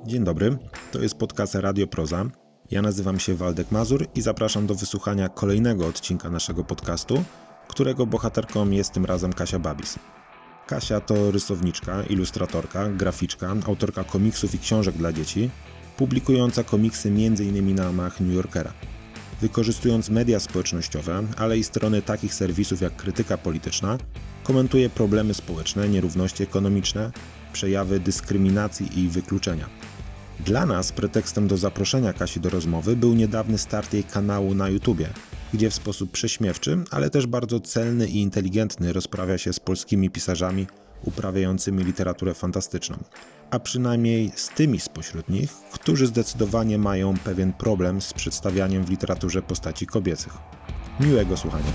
Dzień dobry, to jest podcast Radio Proza. Ja nazywam się Waldek Mazur i zapraszam do wysłuchania kolejnego odcinka naszego podcastu, którego bohaterką jest tym razem Kasia Babis. Kasia to rysowniczka, ilustratorka, graficzka, autorka komiksów i książek dla dzieci, publikująca komiksy m.in. na łamach New Yorkera. Wykorzystując media społecznościowe, ale i strony takich serwisów jak Krytyka Polityczna, komentuje problemy społeczne, nierówności ekonomiczne, przejawy dyskryminacji i wykluczenia. Dla nas pretekstem do zaproszenia Kasi do rozmowy był niedawny start jej kanału na YouTubie, gdzie w sposób prześmiewczy, ale też bardzo celny i inteligentny rozprawia się z polskimi pisarzami uprawiającymi literaturę fantastyczną, a przynajmniej z tymi spośród nich, którzy zdecydowanie mają pewien problem z przedstawianiem w literaturze postaci kobiecych. Miłego słuchania.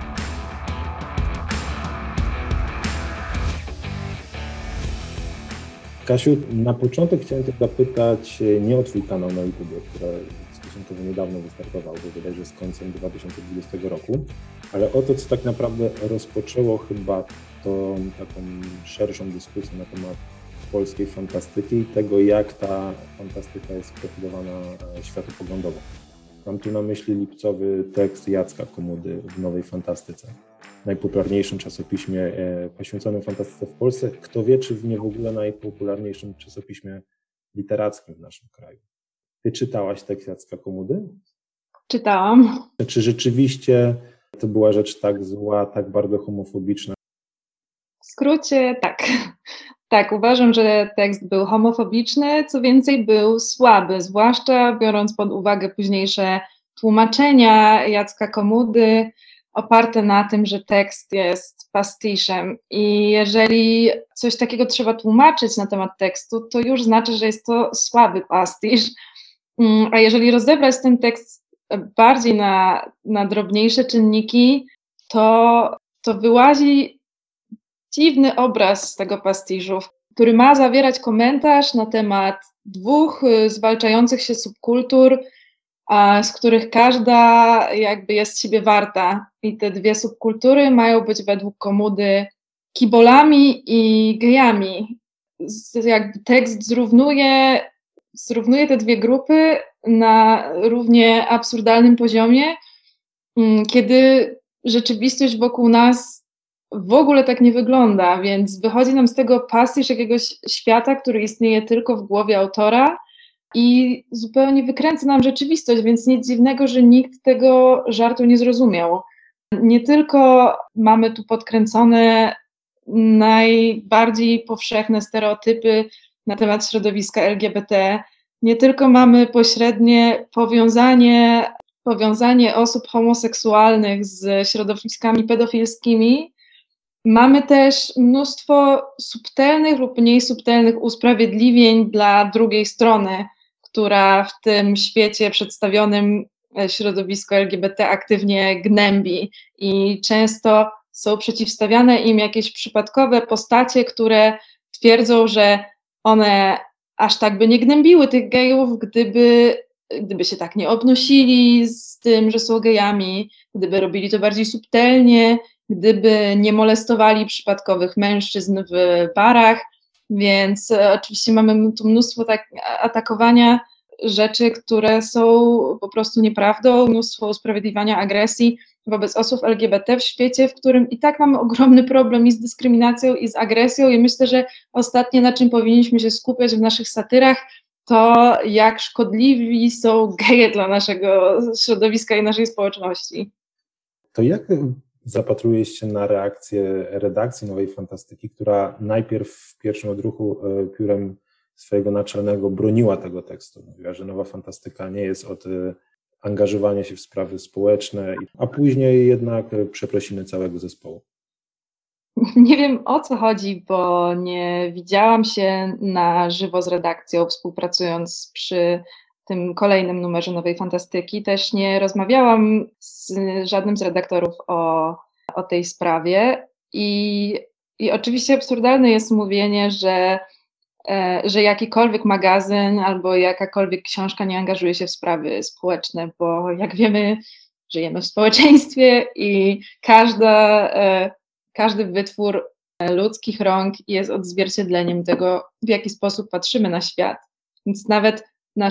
Kasiu, na początek chciałem Cię zapytać nie o Twój kanał na YouTube, który stosunkowo niedawno wystartował, bo bodajże z końcem 2020 roku, ale o to, co tak naprawdę rozpoczęło chyba tą taką szerszą dyskusję na temat polskiej fantastyki i tego, jak ta fantastyka jest profilowana światopoglądowo. Mam tu na myśli lipcowy tekst Jacka Komudy w Nowej Fantastyce, najpopularniejszym czasopiśmie poświęconym fantastyce w Polsce. Kto wie, czy nie w ogóle najpopularniejszym czasopiśmie literackim w naszym kraju. Ty czytałaś tekst Jacka Komudy? Czytałam. Czy rzeczywiście to była rzecz tak zła, tak bardzo homofobiczna? W skrócie tak. Tak, uważam, że tekst był homofobiczny, co więcej był słaby, zwłaszcza biorąc pod uwagę późniejsze tłumaczenia Jacka Komudy oparte na tym, że tekst jest pastiszem i jeżeli coś takiego trzeba tłumaczyć na temat tekstu, to już znaczy, że jest to słaby pastisz, a jeżeli rozebrać ten tekst bardziej na drobniejsze czynniki, to wyłazi dziwny obraz tego pastiżu, który ma zawierać komentarz na temat dwóch zwalczających się subkultur, z których każda jakby jest siebie warta. I te dwie subkultury mają być według Komudy kibolami i gejami. Jakby tekst zrównuje te dwie grupy na równie absurdalnym poziomie, kiedy rzeczywistość wokół nas w ogóle tak nie wygląda, więc wychodzi nam z tego pastisz jakiegoś świata, który istnieje tylko w głowie autora i zupełnie wykręca nam rzeczywistość, więc nic dziwnego, że nikt tego żartu nie zrozumiał. Nie tylko mamy tu podkręcone najbardziej powszechne stereotypy na temat środowiska LGBT, nie tylko mamy pośrednie powiązanie osób homoseksualnych z środowiskami pedofilskimi, mamy też mnóstwo subtelnych lub mniej subtelnych usprawiedliwień dla drugiej strony, która w tym świecie przedstawionym środowisko LGBT aktywnie gnębi i często są przeciwstawiane im jakieś przypadkowe postacie, które twierdzą, że one aż tak by nie gnębiły tych gejów, gdyby się tak nie obnosili z tym, że są gejami, gdyby robili to bardziej subtelnie, gdyby nie molestowali przypadkowych mężczyzn w barach, więc oczywiście mamy tu mnóstwo atakowania rzeczy, które są po prostu nieprawdą, mnóstwo usprawiedliwiania agresji wobec osób LGBT w świecie, w którym i tak mamy ogromny problem i z dyskryminacją, i z agresją i myślę, że ostatnie, na czym powinniśmy się skupiać w naszych satyrach, to jak szkodliwi są geje dla naszego środowiska i naszej społeczności. To jak zapatrujesz się na reakcję redakcji Nowej Fantastyki, która najpierw w pierwszym odruchu piórem swojego naczelnego broniła tego tekstu. Mówiła, że Nowa Fantastyka nie jest od angażowania się w sprawy społeczne, a później jednak przeprosiny całego zespołu. Nie wiem, o co chodzi, bo nie widziałam się na żywo z redakcją, współpracując przy tym kolejnym numerze Nowej Fantastyki. Też nie rozmawiałam z żadnym z redaktorów o tej sprawie i oczywiście absurdalne jest mówienie, że jakikolwiek magazyn albo jakakolwiek książka nie angażuje się w sprawy społeczne, bo jak wiemy, żyjemy w społeczeństwie i każdy wytwór ludzkich rąk jest odzwierciedleniem tego, w jaki sposób patrzymy na świat. Więc nawet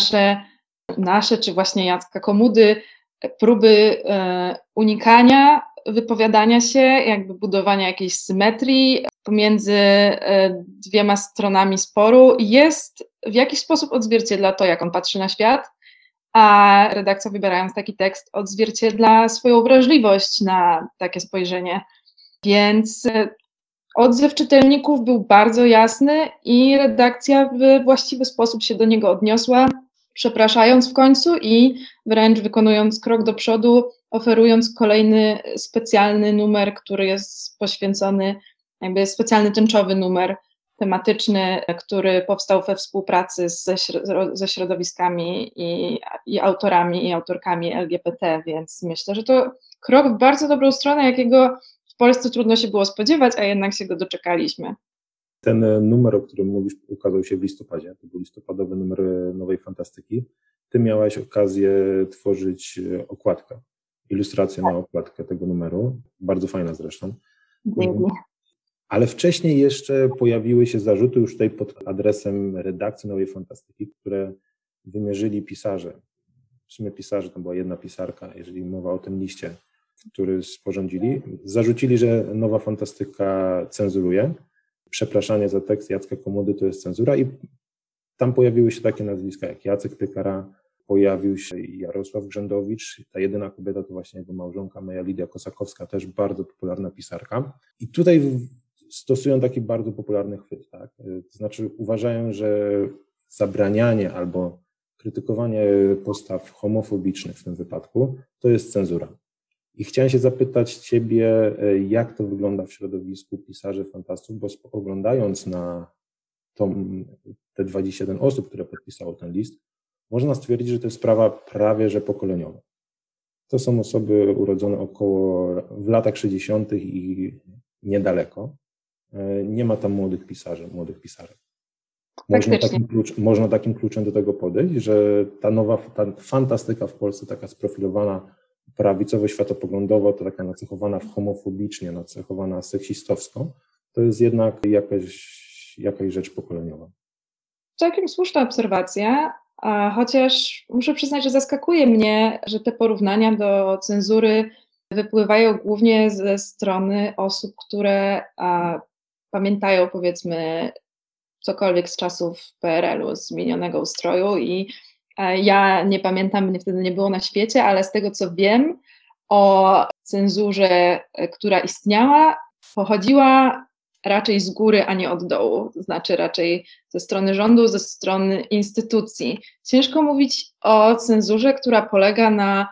nasze czy właśnie Jacka Komudy próby unikania wypowiadania się, jakby budowania jakiejś symetrii pomiędzy dwiema stronami sporu jest w jakiś sposób odzwierciedla to, jak on patrzy na świat, a redakcja, wybierając taki tekst, odzwierciedla swoją wrażliwość na takie spojrzenie. Więc odzew czytelników był bardzo jasny i redakcja w właściwy sposób się do niego odniosła, przepraszając w końcu i wręcz wykonując krok do przodu, oferując kolejny specjalny numer, który jest poświęcony, jakby specjalny tęczowy numer tematyczny, który powstał we współpracy ze środowiskami i autorami i autorkami LGBT, więc myślę, że to krok w bardzo dobrą stronę, jakiego w Polsce trudno się było spodziewać, a jednak się go doczekaliśmy. Ten numer, o którym mówisz, ukazał się w listopadzie. To był listopadowy numer Nowej Fantastyki. Ty miałaś okazję tworzyć okładkę, ilustrację na okładkę tego numeru. Bardzo fajna zresztą. Dzięki. Ale wcześniej jeszcze pojawiły się zarzuty już tutaj pod adresem redakcji Nowej Fantastyki, które wymierzyli pisarze. W sumie pisarze, to była jedna pisarka, jeżeli mowa o tym liście, który sporządzili. Zarzucili, że Nowa Fantastyka cenzuruje. Przepraszanie za tekst Jacka Komudy to jest cenzura i tam pojawiły się takie nazwiska jak Jacek Piekara, pojawił się Jarosław Grzędowicz, ta jedyna kobieta to właśnie jego małżonka Maja Lidia Kosakowska, też bardzo popularna pisarka. I tutaj stosują taki bardzo popularny chwyt, tak? To znaczy uważają, że zabranianie albo krytykowanie postaw homofobicznych w tym wypadku to jest cenzura. I chciałem się zapytać Ciebie, jak to wygląda w środowisku pisarzy fantastów, bo oglądając na te 21 osób, które podpisało ten list, można stwierdzić, że to jest sprawa prawie że pokoleniowa. To są osoby urodzone w latach 60. i niedaleko. Nie ma tam młodych pisarzy, młodych pisarek. Można takim kluczem do tego podejść, że ta fantastyka w Polsce, taka sprofilowana prawicowo-światopoglądowo, to taka nacechowana homofobicznie, nacechowana seksistowsko, to jest jednak jakaś rzecz pokoleniowa. Całkiem słuszna obserwacja, chociaż muszę przyznać, że zaskakuje mnie, że te porównania do cenzury wypływają głównie ze strony osób, które pamiętają, powiedzmy, cokolwiek z czasów PRL-u, z minionego ustroju i ja nie pamiętam, mnie wtedy nie było na świecie, ale z tego, co wiem o cenzurze, która istniała, pochodziła raczej z góry, a nie od dołu, to znaczy raczej ze strony rządu, ze strony instytucji. Ciężko mówić o cenzurze, która polega na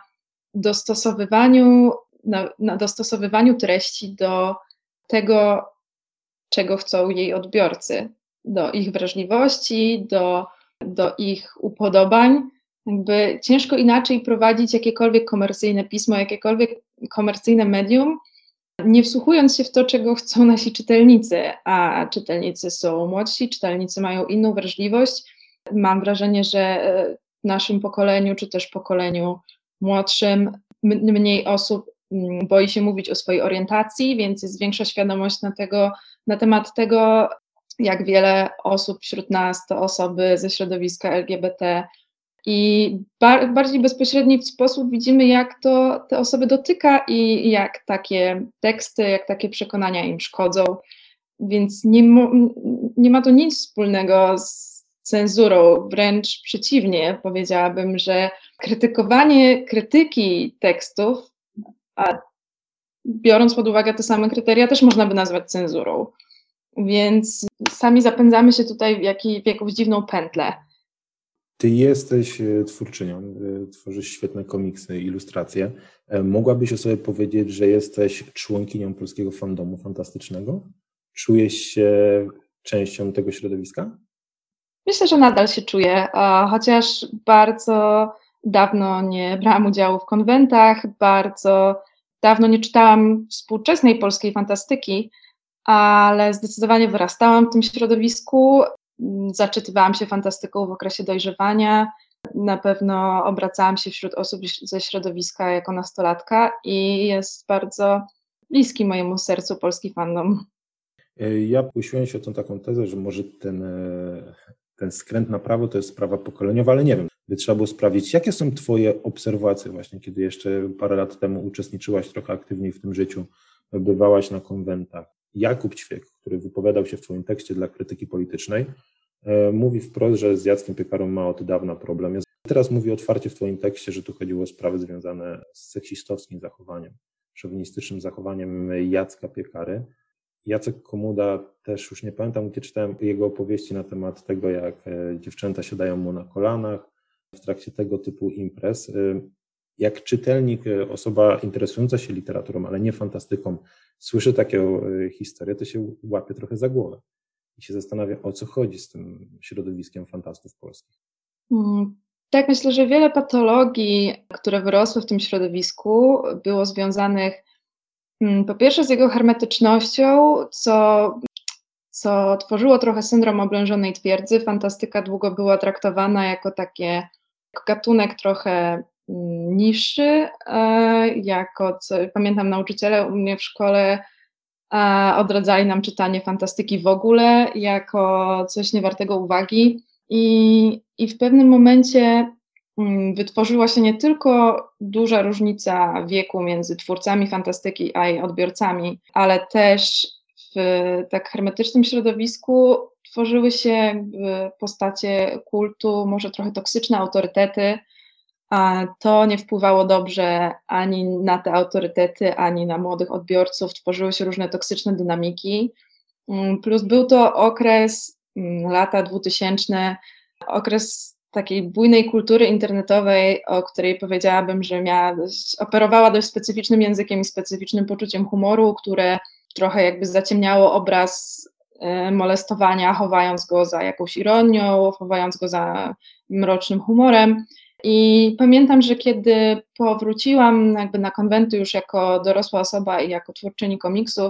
dostosowywaniu treści do tego, czego chcą jej odbiorcy, do ich wrażliwości, do ich upodobań. Jakby ciężko inaczej prowadzić jakiekolwiek komercyjne pismo, jakiekolwiek komercyjne medium, nie wsłuchując się w to, czego chcą nasi czytelnicy, a czytelnicy są młodsi, czytelnicy mają inną wrażliwość. Mam wrażenie, że w naszym pokoleniu, czy też pokoleniu młodszym, mniej osób boi się mówić o swojej orientacji, więc jest większa świadomość na temat tego, jak wiele osób wśród nas to osoby ze środowiska LGBT i w bardziej bezpośredni sposób widzimy, jak to te osoby dotyka i jak takie teksty, jak takie przekonania im szkodzą. Więc nie ma to nic wspólnego z cenzurą, wręcz przeciwnie. Powiedziałabym, że krytykowanie krytyki tekstów, a biorąc pod uwagę te same kryteria, też można by nazwać cenzurą. Więc sami zapędzamy się tutaj w jakąś dziwną pętlę. Ty jesteś twórczynią, tworzysz świetne komiksy, ilustracje. Mogłabyś o sobie powiedzieć, że jesteś członkinią polskiego fandomu fantastycznego? Czujesz się częścią tego środowiska? Myślę, że nadal się czuję, chociaż bardzo dawno nie brałam udziału w konwentach, bardzo dawno nie czytałam współczesnej polskiej fantastyki, ale zdecydowanie wyrastałam w tym środowisku, zaczytywałam się fantastyką w okresie dojrzewania, na pewno obracałam się wśród osób ze środowiska jako nastolatka i jest bardzo bliski mojemu sercu polski fandom. Ja usiłem się o tą taką tezę, że może ten ten skręt na prawo to jest sprawa pokoleniowa, ale nie wiem, by trzeba było sprawdzić, jakie są twoje obserwacje właśnie, kiedy jeszcze parę lat temu uczestniczyłaś trochę aktywniej w tym życiu, bywałaś na konwentach. Jakub Ćwiek, który wypowiadał się w twoim tekście dla Krytyki Politycznej, mówi wprost, że z Jackiem Piekarą ma od dawna problem. Teraz mówi otwarcie w twoim tekście, że tu chodziło o sprawy związane z seksistowskim zachowaniem, szowinistycznym zachowaniem Jacka Piekary. Jacek Komuda też, już nie pamiętam, gdzie czytałem jego opowieści na temat tego, jak dziewczęta siadają mu na kolanach w trakcie tego typu imprez. Jak czytelnik, osoba interesująca się literaturą, ale nie fantastyką, słyszy taką historię, to się łapie trochę za głowę i się zastanawia, o co chodzi z tym środowiskiem fantastów polskich. Tak, myślę, że wiele patologii, które wyrosły w tym środowisku, było związanych po pierwsze z jego hermetycznością, co tworzyło trochę syndrom oblężonej twierdzy. Fantastyka długo była traktowana jako gatunek trochę niższy, pamiętam, nauczyciele u mnie w szkole odradzali nam czytanie fantastyki w ogóle jako coś niewartego uwagi i w pewnym momencie wytworzyła się nie tylko duża różnica wieku między twórcami fantastyki a jej odbiorcami, ale też w tak hermetycznym środowisku tworzyły się postacie kultu, może trochę toksyczne autorytety, a to nie wpływało dobrze ani na te autorytety, ani na młodych odbiorców. Tworzyły się różne toksyczne dynamiki. Plus był to okres, lata 2000, okres takiej bujnej kultury internetowej, o której powiedziałabym, że operowała dość specyficznym językiem i specyficznym poczuciem humoru, które trochę jakby zaciemniało obraz molestowania, chowając go za jakąś ironią, chowając go za mrocznym humorem. I pamiętam, że kiedy powróciłam jakby na konwenty już jako dorosła osoba i jako twórczyni komiksów,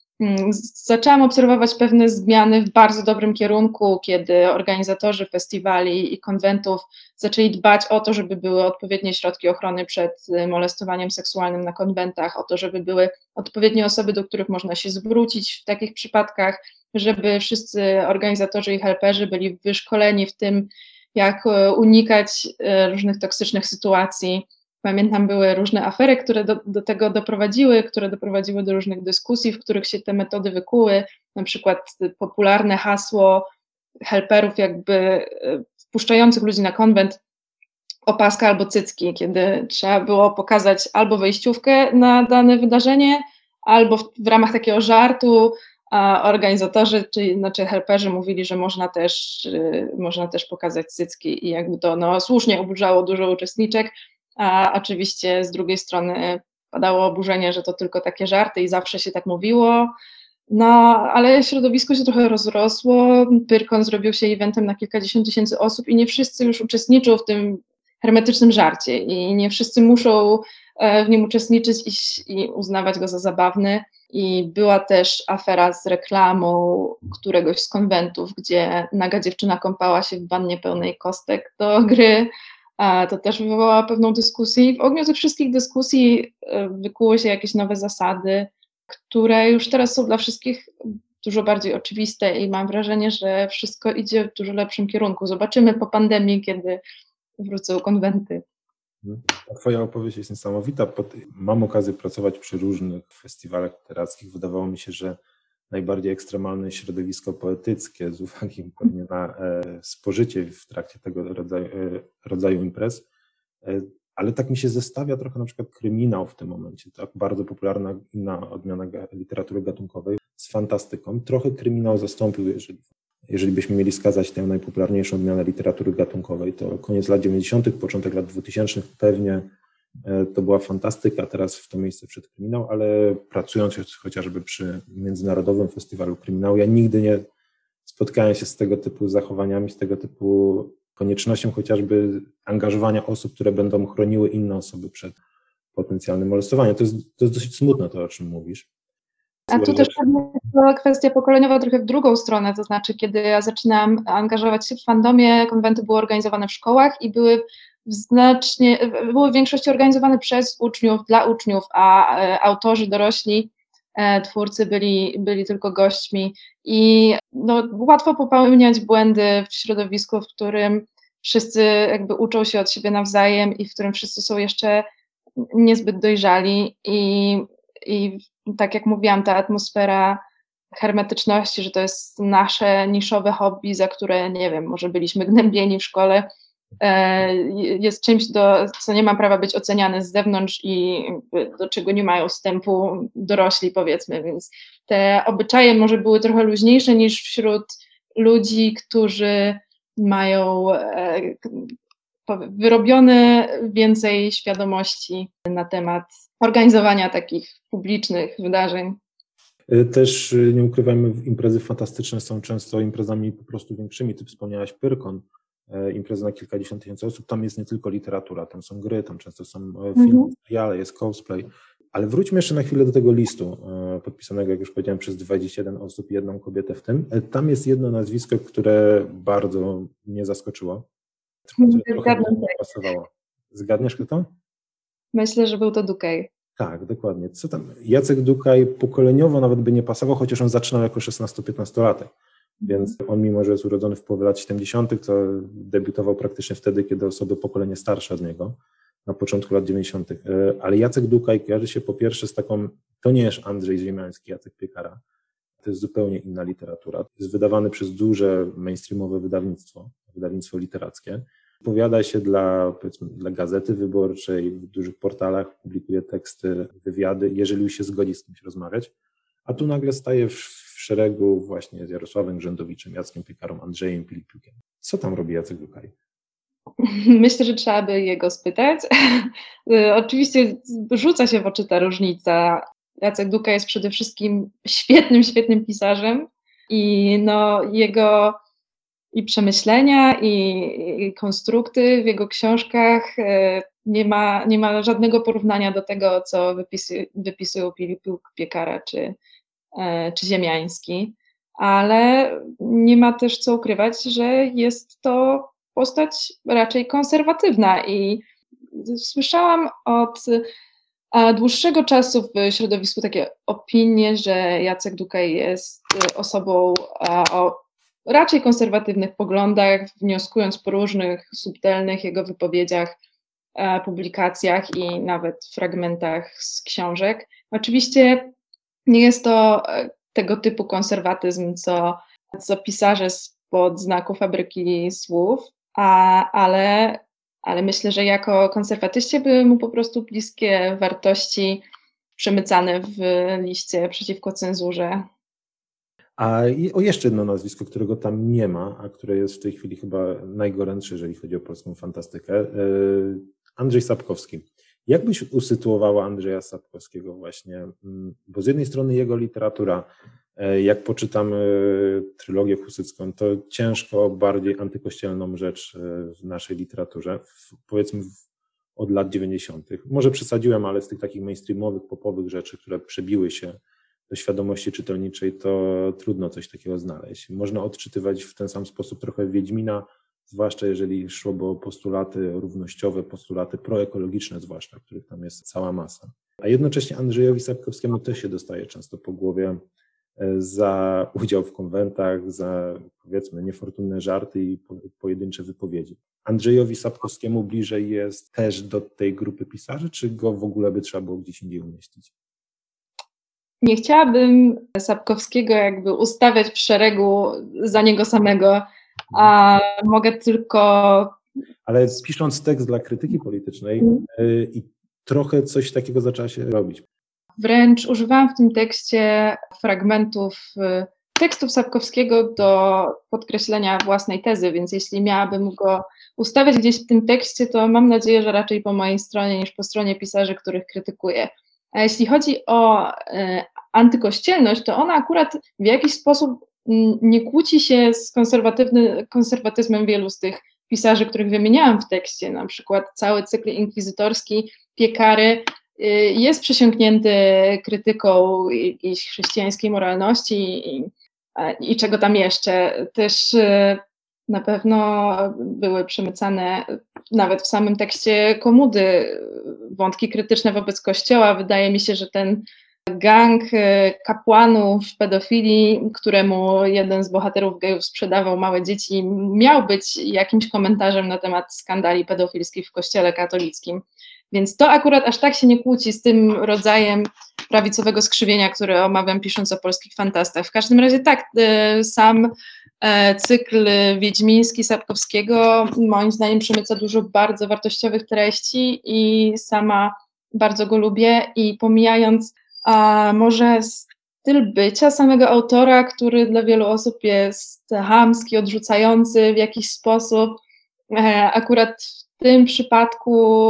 zaczęłam obserwować pewne zmiany w bardzo dobrym kierunku, kiedy organizatorzy festiwali i konwentów zaczęli dbać o to, żeby były odpowiednie środki ochrony przed molestowaniem seksualnym na konwentach, o to, żeby były odpowiednie osoby, do których można się zwrócić w takich przypadkach, żeby wszyscy organizatorzy i helperzy byli wyszkoleni w tym, jak unikać różnych toksycznych sytuacji. Pamiętam, były różne afery, które do tego doprowadziły, które doprowadziły do różnych dyskusji, w których się te metody wykuły, na przykład popularne hasło helperów jakby wpuszczających ludzi na konwent, opaska albo cycki, kiedy trzeba było pokazać albo wejściówkę na dane wydarzenie, albo w ramach takiego żartu organizatorzy, znaczy helperzy mówili, że można też pokazać cycki i jakby to słusznie oburzało dużo uczestniczek, a oczywiście z drugiej strony padało oburzenie, że to tylko takie żarty i zawsze się tak mówiło. Ale środowisko się trochę rozrosło, Pyrkon zrobił się eventem na kilkadziesiąt tysięcy osób i nie wszyscy już uczestniczą w tym hermetycznym żarcie i nie wszyscy muszą w nim uczestniczyć i uznawać go za zabawny. I była też afera z reklamą któregoś z konwentów, gdzie naga dziewczyna kąpała się w wannie pełnej kostek do gry. To też wywołało pewną dyskusję. W ogniu tych wszystkich dyskusji wykuły się jakieś nowe zasady, które już teraz są dla wszystkich dużo bardziej oczywiste i mam wrażenie, że wszystko idzie w dużo lepszym kierunku. Zobaczymy po pandemii, kiedy wrócą konwenty. Twoja opowieść jest niesamowita. Mam okazję pracować przy różnych festiwalach literackich. Wydawało mi się, że najbardziej ekstremalne środowisko poetyckie z uwagi pewnie na spożycie w trakcie tego rodzaju imprez. Ale tak mi się zestawia trochę na przykład kryminał w tym momencie, tak bardzo popularna inna odmiana literatury gatunkowej z fantastyką. Trochę kryminał zastąpił, jeżeli byśmy mieli wskazać tę najpopularniejszą odmianę literatury gatunkowej, to koniec lat 90., początek lat 2000 pewnie to była fantastyka, teraz w to miejsce wszedł kryminał, ale pracując chociażby przy Międzynarodowym Festiwalu Kryminału, ja nigdy nie spotkałem się z tego typu zachowaniami, z tego typu koniecznością chociażby angażowania osób, które będą chroniły inne osoby przed potencjalnym molestowaniem. To jest dosyć smutne to, o czym mówisz. A tu też była kwestia pokoleniowa trochę w drugą stronę, to znaczy kiedy ja zaczynałam angażować się w fandomie, konwenty były organizowane w szkołach i były w większości organizowane przez uczniów, dla uczniów, a autorzy dorośli twórcy byli tylko gośćmi i no, łatwo popełniać błędy w środowisku, w którym wszyscy jakby uczą się od siebie nawzajem i w którym wszyscy są jeszcze niezbyt dojrzali i tak jak mówiłam, ta atmosfera hermetyczności, że to jest nasze niszowe hobby, za które, nie wiem, może byliśmy gnębieni w szkole, jest czymś, co nie ma prawa być oceniane z zewnątrz i do czego nie mają wstępu dorośli, powiedzmy, więc te obyczaje może były trochę luźniejsze niż wśród ludzi, którzy mają wyrobione więcej świadomości na temat organizowania takich publicznych wydarzeń. Też nie ukrywajmy, imprezy fantastyczne są często imprezami po prostu większymi. Ty wspomniałaś Pyrkon, imprezy na kilkadziesiąt tysięcy osób. Tam jest nie tylko literatura, tam są gry, tam często są filmy, seriale, jest cosplay. Ale wróćmy jeszcze na chwilę do tego listu podpisanego, jak już powiedziałem, przez 21 osób, jedną kobietę w tym. Tam jest jedno nazwisko, które bardzo mnie zaskoczyło. Trochę nie pasowało. Zgadniesz, kto to? Myślę, że był to Dukaj. Tak, dokładnie. Co tam? Jacek Dukaj pokoleniowo nawet by nie pasował, chociaż on zaczynał jako 16-15-latek. Więc on, mimo że jest urodzony w połowie lat 70., to debiutował praktycznie wtedy, kiedy osoby pokolenie starsze od niego, na początku lat 90. Ale Jacek Dukaj kojarzy się po pierwsze z taką, to nie jest Andrzej Ziemiański, Jacek Piekara. To jest zupełnie inna literatura. Jest wydawany przez duże mainstreamowe wydawnictwo literackie. Opowiada się dla Gazety Wyborczej, w dużych portalach, publikuje teksty, wywiady, jeżeli już się zgodzi z kimś rozmawiać. A tu nagle staje w szeregu właśnie z Jarosławem Grzędowiczem, Jackiem Piekarą, Andrzejem Pilipiukiem. Co tam robi Jacek Dukaj? Myślę, że trzeba by jego spytać. Oczywiście rzuca się w oczy ta różnica. Jacek Dukaj jest przede wszystkim świetnym pisarzem i no jego i przemyślenia, i konstrukty w jego książkach nie ma żadnego porównania do tego, co wypisują Pilipiuk, Piekara czy Ziemiański, ale nie ma też co ukrywać, że jest to postać raczej konserwatywna i słyszałam od dłuższego czasu w środowisku takie opinie, że Jacek Dukaj jest osobą o raczej konserwatywnych poglądach, wnioskując po różnych subtelnych jego wypowiedziach, publikacjach i nawet fragmentach z książek. Oczywiście nie jest to tego typu konserwatyzm, co pisarze spod znaku Fabryki Słów, ale myślę, że jako konserwatyście były mu po prostu bliskie wartości przemycane w liście przeciwko cenzurze. O jeszcze jedno nazwisko, którego tam nie ma, a które jest w tej chwili chyba najgorętsze, jeżeli chodzi o polską fantastykę. Andrzej Sapkowski. Jak byś usytuowała Andrzeja Sapkowskiego właśnie? Bo z jednej strony jego literatura, jak poczytamy trylogię husycką, to ciężko bardziej antykościelną rzecz w naszej literaturze, powiedzmy od lat 90. Może przesadziłem, ale z tych takich mainstreamowych, popowych rzeczy, które przebiły się do świadomości czytelniczej, to trudno coś takiego znaleźć. Można odczytywać w ten sam sposób trochę Wiedźmina, zwłaszcza jeżeli szłoby o postulaty równościowe, postulaty proekologiczne zwłaszcza, których tam jest cała masa. A jednocześnie Andrzejowi Sapkowskiemu też się dostaje często po głowie za udział w konwentach, za powiedzmy niefortunne żarty i pojedyncze wypowiedzi. Andrzejowi Sapkowskiemu bliżej jest też do tej grupy pisarzy, czy go w ogóle by trzeba było gdzieś indziej umieścić? Nie chciałabym Sapkowskiego jakby ustawiać w szeregu za niego samego, a mogę tylko... Ale pisząc tekst dla krytyki politycznej i trochę coś takiego zaczęła się robić. Wręcz używałam w tym tekście fragmentów tekstów Sapkowskiego do podkreślenia własnej tezy, więc jeśli miałabym go ustawiać gdzieś w tym tekście, to mam nadzieję, że raczej po mojej stronie niż po stronie pisarzy, których krytykuję. A jeśli chodzi o antykościelność, to ona akurat w jakiś sposób nie kłóci się z konserwatyzmem wielu z tych pisarzy, których wymieniałam w tekście, na przykład cały cykl inkwizytorski Piekary jest przesiąknięty krytyką jakiejś chrześcijańskiej moralności i czego tam jeszcze. Też na pewno były przemycane nawet w samym tekście Komudy wątki krytyczne wobec Kościoła. Wydaje mi się, że ten gang kapłanów pedofili, któremu jeden z bohaterów gejów sprzedawał małe dzieci, miał być jakimś komentarzem na temat skandali pedofilskich w kościele katolickim. Więc to akurat aż tak się nie kłóci z tym rodzajem prawicowego skrzywienia, które omawiam pisząc o polskich fantastach. W każdym razie tak, sam cykl wiedźmiński Sapkowskiego moim zdaniem przemyca dużo bardzo wartościowych treści i sama bardzo go lubię i pomijając może styl bycia samego autora, który dla wielu osób jest chamski, odrzucający w jakiś sposób, akurat w tym przypadku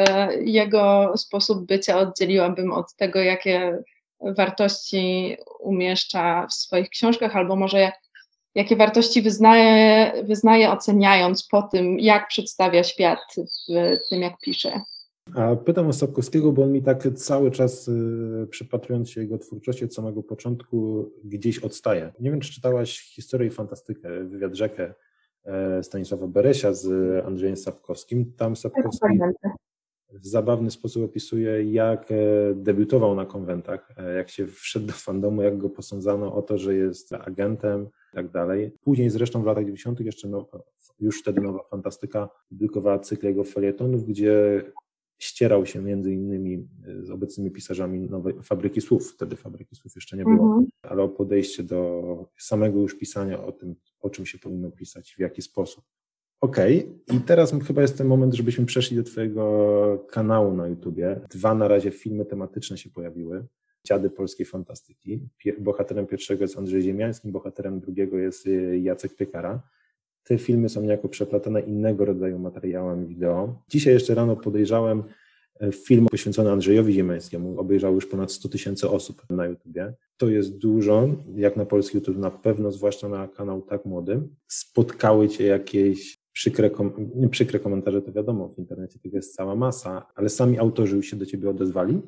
jego sposób bycia oddzieliłabym od tego, jakie wartości umieszcza w swoich książkach, albo może jakie wartości wyznaje oceniając po tym, jak przedstawia świat w tym, jak pisze. A pytam o Sapkowskiego, bo on mi tak cały czas, przypatrując się jego twórczości od samego początku, gdzieś odstaje. Nie wiem, czy czytałaś Historię i fantastykę, wywiad Rzekę Stanisława Beresia z Andrzejem Sapkowskim. Tam Sapkowski w zabawny sposób opisuje, jak debiutował na konwentach, jak się wszedł do fandomu, jak go posądzano o to, że jest agentem i tak dalej. Później zresztą w latach 90. jeszcze już wtedy Nowa Fantastyka publikowała cykl jego felietonów, gdzie ścierał się między innymi z obecnymi pisarzami nowej Fabryki Słów. Wtedy Fabryki Słów jeszcze nie było, ale o podejście do samego już pisania, o tym, o czym się powinno pisać, w jaki sposób. Okej. I teraz chyba jest ten moment, żebyśmy przeszli do twojego kanału na YouTubie. 2 na razie filmy tematyczne się pojawiły. Dziady polskiej fantastyki. Bohaterem pierwszego jest Andrzej Ziemiański, bohaterem drugiego jest Jacek Piekara. Te filmy są niejako przeplatane innego rodzaju materiałami wideo. Dzisiaj jeszcze rano podejrzałem film poświęcony Andrzejowi Ziemiańskiemu. Obejrzało już ponad 100 000 osób na YouTubie. To jest dużo, jak na polski YouTube na pewno, zwłaszcza na kanał tak młody. Spotkały cię jakieś przykre komentarze, to wiadomo, w internecie tego jest cała masa, ale sami autorzy już się do ciebie odezwali?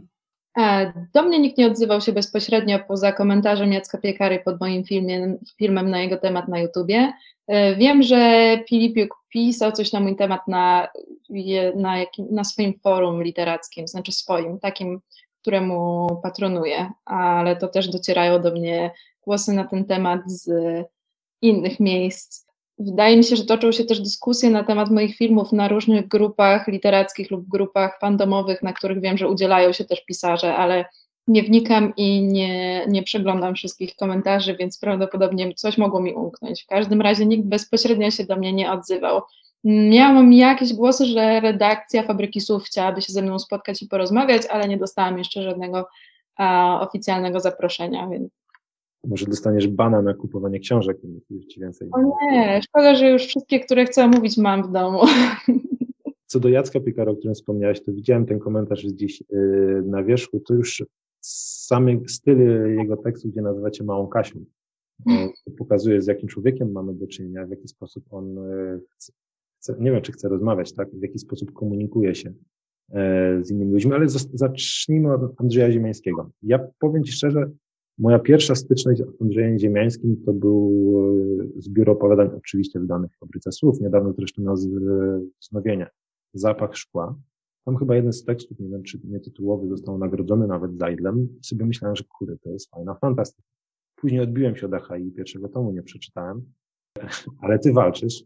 Do mnie nikt nie odzywał się bezpośrednio poza komentarzem Jacka Piekary pod moim filmem na jego temat na YouTubie. Wiem, że Filipiuk pisał coś na mój temat na swoim forum literackim, znaczy swoim, takim, któremu patronuję, ale to też docierają do mnie głosy na ten temat z innych miejsc. Wydaje mi się, że toczą się też dyskusje na temat moich filmów na różnych grupach literackich lub grupach fandomowych, na których wiem, że udzielają się też pisarze, ale nie wnikam i nie przeglądam wszystkich komentarzy, więc prawdopodobnie coś mogło mi umknąć. W każdym razie nikt bezpośrednio się do mnie nie odzywał. Miałam jakieś głosy, że redakcja Fabryki Słów chciałaby się ze mną spotkać i porozmawiać, ale nie dostałam jeszcze żadnego oficjalnego zaproszenia, więc może dostaniesz bana na kupowanie książek, już ci więcej. O nie, szkoda, że już wszystkie, które chcę omówić, mam w domu. Co do Jacka Piekara, o którym wspomniałeś, to widziałem ten komentarz gdzieś na wierzchu, to już samy styl jego tekstu, gdzie nazywacie małą Kasią, pokazuje, z jakim człowiekiem mamy do czynienia, w jaki sposób on chce, nie wiem, czy chce rozmawiać, tak, w jaki sposób komunikuje się z innymi ludźmi, ale zacznijmy od Andrzeja Ziemiańskiego. Ja powiem ci szczerze, moja pierwsza styczność z Andrzejem Ziemiańskim to był zbiór opowiadań, oczywiście wydanych w Fabryce Słów, niedawno zresztą na wznowienie, Zapach szkła. Tam chyba jeden z tekstów, nie wiem, czy nie tytułowy, został nagrodzony nawet Zajdlem. I sobie myślałem, że kurde, to jest fajna fantastyka. Później odbiłem się od AHI, pierwszego tomu nie przeczytałem, ale ty walczysz.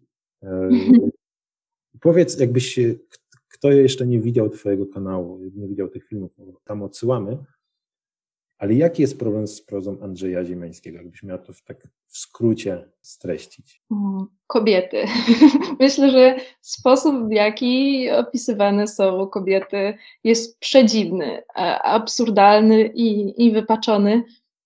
Powiedz, kto jeszcze nie widział twojego kanału, nie widział tych filmów, tam odsyłamy, ale jaki jest problem z prozą Andrzeja Ziemiańskiego? Jakbyś miała to tak w skrócie streścić. Kobiety. Myślę, że sposób, w jaki opisywane są kobiety, jest przedziwny, absurdalny i wypaczony.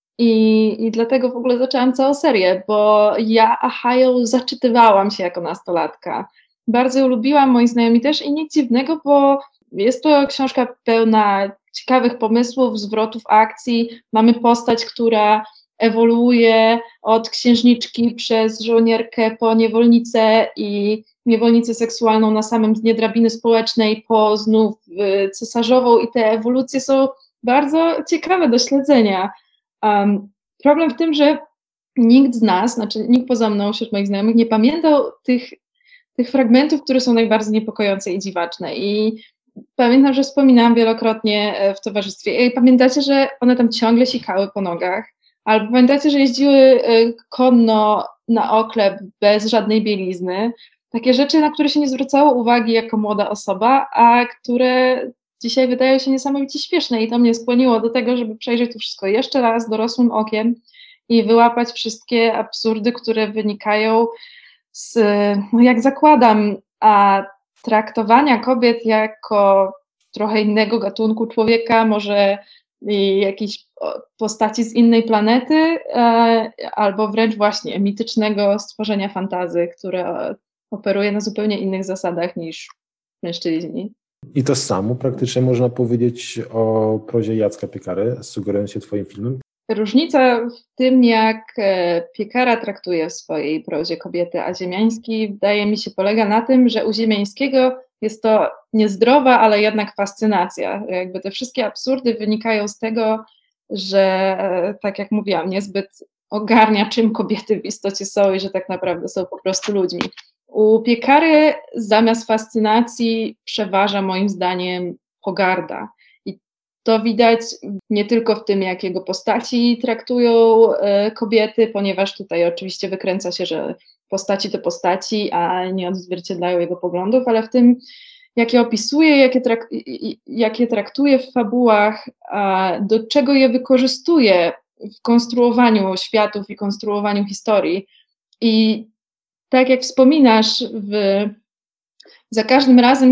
I dlatego w ogóle zaczęłam całą serię, bo ja Ahają zaczytywałam się jako nastolatka. Bardzo ją lubiłam, moi znajomi też i nic dziwnego, bo jest to książka pełna ciekawych pomysłów, zwrotów akcji. Mamy postać, która ewoluuje od księżniczki przez żołnierkę po niewolnicę i niewolnicę seksualną na samym dnie drabiny społecznej, po znów cesarzową i te ewolucje są bardzo ciekawe do śledzenia. Problem w tym, że nikt z nas, znaczy nikt poza mną, wśród moich znajomych, nie pamiętał tych fragmentów, które są najbardziej niepokojące i dziwaczne. I Pamiętam, że wspominałam wielokrotnie w towarzystwie. Ej, pamiętacie, że one tam ciągle sikały po nogach? Albo pamiętacie, że jeździły konno na oklep bez żadnej bielizny? Takie rzeczy, na które się nie zwracało uwagi jako młoda osoba, a które dzisiaj wydają się niesamowicie śmieszne i to mnie skłoniło do tego, żeby przejrzeć to wszystko jeszcze raz dorosłym okiem i wyłapać wszystkie absurdy, które wynikają z, no jak zakładam, traktowania kobiet jako trochę innego gatunku człowieka, może jakiejś postaci z innej planety, albo wręcz właśnie mitycznego stworzenia fantazy, które operuje na zupełnie innych zasadach niż mężczyźni. I to samo praktycznie można powiedzieć o prozie Jacka Piekary, sugerując się twoim filmem. Różnica w tym, jak Piekara traktuje w swojej prozie kobiety, a Ziemiański, wydaje mi się, polega na tym, że u Ziemiańskiego jest to niezdrowa, ale jednak fascynacja. Jakby te wszystkie absurdy wynikają z tego, że, tak jak mówiłam, niezbyt ogarnia, czym kobiety w istocie są i że tak naprawdę są po prostu ludźmi. U Piekary zamiast fascynacji przeważa moim zdaniem pogarda. I to widać nie tylko w tym, jak jego postaci traktują kobiety, ponieważ tutaj oczywiście wykręca się, że postaci to postaci, a nie odzwierciedlają jego poglądów, ale w tym, jak je opisuje, jak je traktuje w fabułach, do czego je wykorzystuje w konstruowaniu światów i konstruowaniu historii. I tak jak wspominasz, za każdym razem,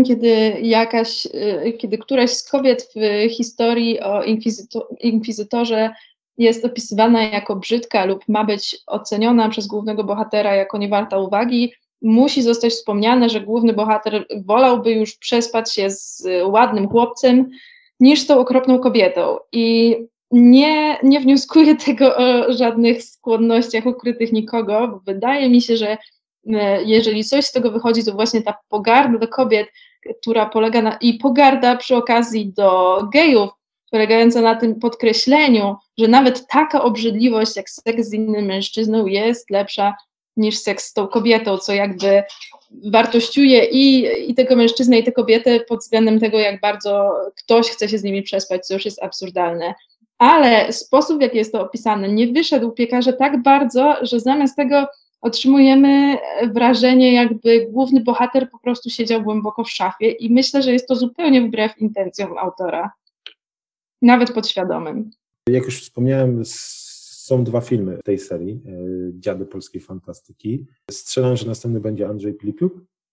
kiedy któraś z kobiet w historii o inkwizytorze jest opisywana jako brzydka lub ma być oceniona przez głównego bohatera jako niewarta uwagi, musi zostać wspomniane, że główny bohater wolałby już przespać się z ładnym chłopcem niż z tą okropną kobietą. I nie wnioskuję tego o żadnych skłonnościach ukrytych nikogo, bo wydaje mi się, że jeżeli coś z tego wychodzi, to właśnie ta pogarda do kobiet, która polega i pogarda przy okazji do gejów, polegająca na tym podkreśleniu, że nawet taka obrzydliwość jak seks z innym mężczyzną jest lepsza niż seks z tą kobietą, co jakby wartościuje i tego mężczyznę, i tę kobietę pod względem tego, jak bardzo ktoś chce się z nimi przespać, co już jest absurdalne. Ale sposób, w jaki jest to opisane, nie wyszedł Piekarze tak bardzo, że zamiast tego otrzymujemy wrażenie, jakby główny bohater po prostu siedział głęboko w szafie i myślę, że jest to zupełnie wbrew intencjom autora, nawet podświadomym. Jak już wspomniałem, są 2 filmy w tej serii, Dziady polskiej fantastyki. Strzelam, że następny będzie Andrzej Pilipiuk.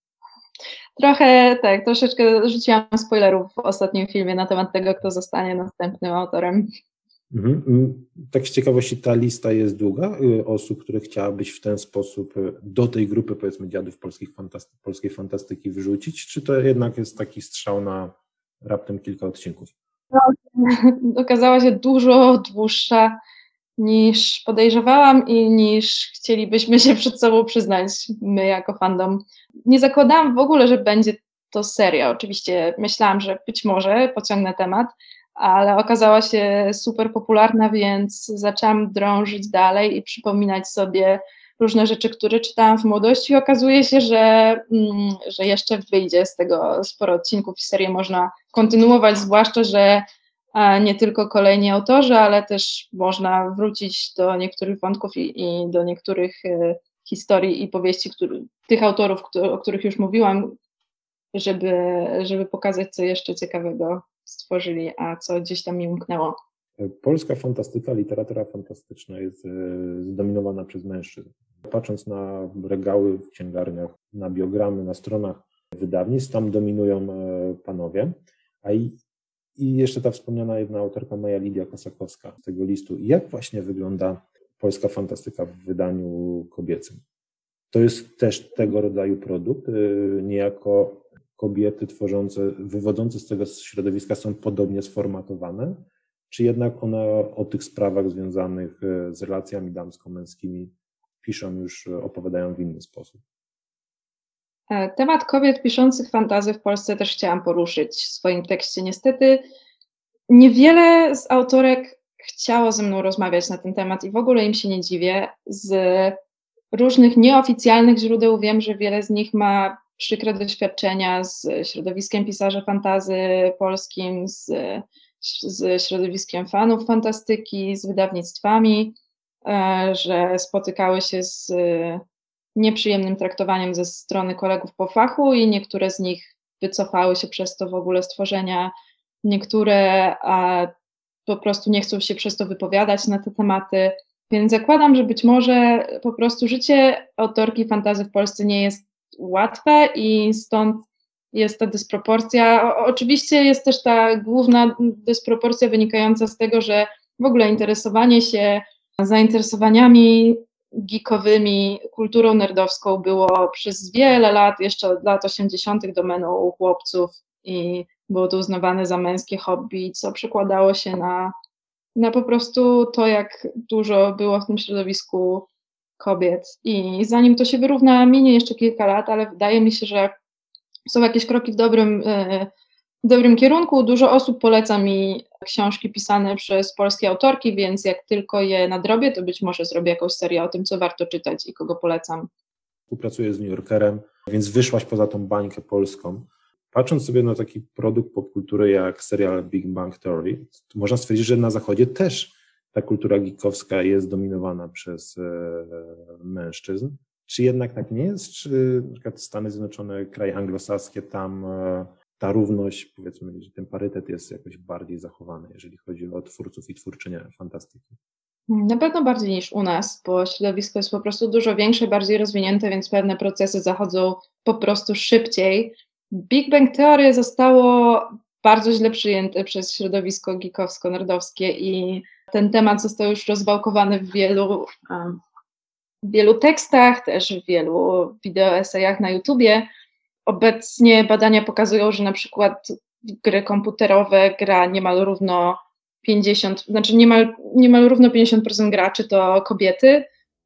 Trochę tak, troszeczkę rzuciłam spoilerów w ostatnim filmie na temat tego, kto zostanie następnym autorem. Tak z ciekawości, ta lista jest długa osób, które chciałabyś w ten sposób do tej grupy, powiedzmy, dziadów polskiej fantastyki wyrzucić, czy to jednak jest taki strzał na raptem kilka odcinków? Okazała się dużo dłuższa niż podejrzewałam i niż chcielibyśmy się przed sobą przyznać, my jako fandom. Nie zakładałam w ogóle, że będzie to seria. Oczywiście myślałam, że być może pociągnę temat, ale okazała się super popularna, więc zaczęłam drążyć dalej i przypominać sobie różne rzeczy, które czytałam w młodości i okazuje się, że jeszcze wyjdzie z tego sporo odcinków i serię można kontynuować, zwłaszcza, że nie tylko kolejni autorzy, ale też można wrócić do niektórych wątków i do niektórych historii i powieści tych autorów, o których już mówiłam, żeby pokazać, co jeszcze ciekawego stworzyli, a co gdzieś tam mi umknęło. Polska fantastyka, literatura fantastyczna jest zdominowana przez mężczyzn. Patrząc na regały w księgarniach, na biogramy, na stronach wydawnictw, tam dominują panowie, i jeszcze ta wspomniana jedna autorka Maja Lidia Kosakowska z tego listu. Jak właśnie wygląda polska fantastyka w wydaniu kobiecym? To jest też tego rodzaju produkt, niejako kobiety wywodzące z tego środowiska są podobnie sformatowane, czy jednak one o tych sprawach związanych z relacjami damsko-męskimi piszą już, opowiadają w inny sposób? Temat kobiet piszących fantazy w Polsce też chciałam poruszyć w swoim tekście. Niestety niewiele z autorek chciało ze mną rozmawiać na ten temat i w ogóle im się nie dziwię. Z różnych nieoficjalnych źródeł wiem, że wiele z nich ma przykre doświadczenia z środowiskiem pisarzy fantasy polskim, z środowiskiem fanów fantastyki, z wydawnictwami, że spotykały się z nieprzyjemnym traktowaniem ze strony kolegów po fachu i niektóre z nich wycofały się przez to w ogóle z tworzenia, niektóre po prostu nie chcą się przez to wypowiadać na te tematy, więc zakładam, że być może po prostu życie autorki fantasy w Polsce nie jest łatwe i stąd jest ta dysproporcja. Oczywiście jest też ta główna dysproporcja wynikająca z tego, że w ogóle interesowanie się zainteresowaniami geekowymi, kulturą nerdowską było przez wiele lat, jeszcze od lat 80. domeną chłopców i było to uznawane za męskie hobby, co przekładało się na po prostu to, jak dużo było w tym środowisku kobiet. I zanim to się wyrówna, minie jeszcze kilka lat, ale wydaje mi się, że są jakieś kroki w dobrym kierunku. Dużo osób poleca mi książki pisane przez polskie autorki, więc jak tylko je nadrobię, to być może zrobię jakąś serię o tym, co warto czytać i kogo polecam. Współpracuję z New Yorkerem, więc wyszłaś poza tą bańkę polską. Patrząc sobie na taki produkt popkultury jak serial Big Bang Theory, to można stwierdzić, że na zachodzie też ta kultura geekowska jest dominowana przez mężczyzn. Czy jednak tak nie jest? Czy na przykład Stany Zjednoczone, kraje anglosaskie, tam ta równość, powiedzmy, że ten parytet jest jakoś bardziej zachowany, jeżeli chodzi o twórców i twórczynie fantastyki? Na pewno bardziej niż u nas, bo środowisko jest po prostu dużo większe, bardziej rozwinięte, więc pewne procesy zachodzą po prostu szybciej. Big Bang Theory zostało bardzo źle przyjęte przez środowisko geekowsko-nerdowskie i ten temat został już rozwałkowany w wielu tekstach, też w wielu wideoesejach na YouTubie. Obecnie badania pokazują, że na przykład gry komputerowe gra niemal równo 50% graczy to kobiety,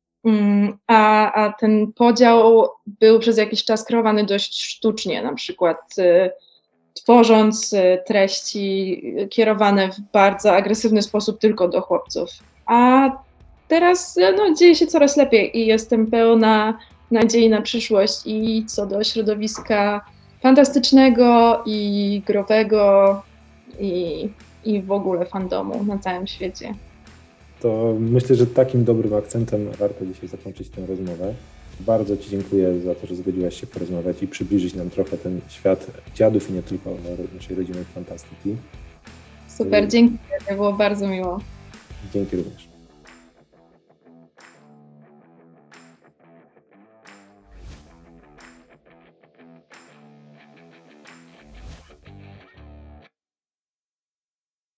a ten podział był przez jakiś czas kreowany dość sztucznie, na przykład tworząc treści kierowane w bardzo agresywny sposób tylko do chłopców. A teraz dzieje się coraz lepiej i jestem pełna nadziei na przyszłość i co do środowiska fantastycznego i growego i w ogóle fandomu na całym świecie. To myślę, że takim dobrym akcentem warto dzisiaj zakończyć tę rozmowę. Bardzo Ci dziękuję za to, że zgodziłaś się porozmawiać i przybliżyć nam trochę ten świat dziadów i nie tylko naszej rodzimej fantastyki. Super, dziękuję, było bardzo miło. Dzięki również.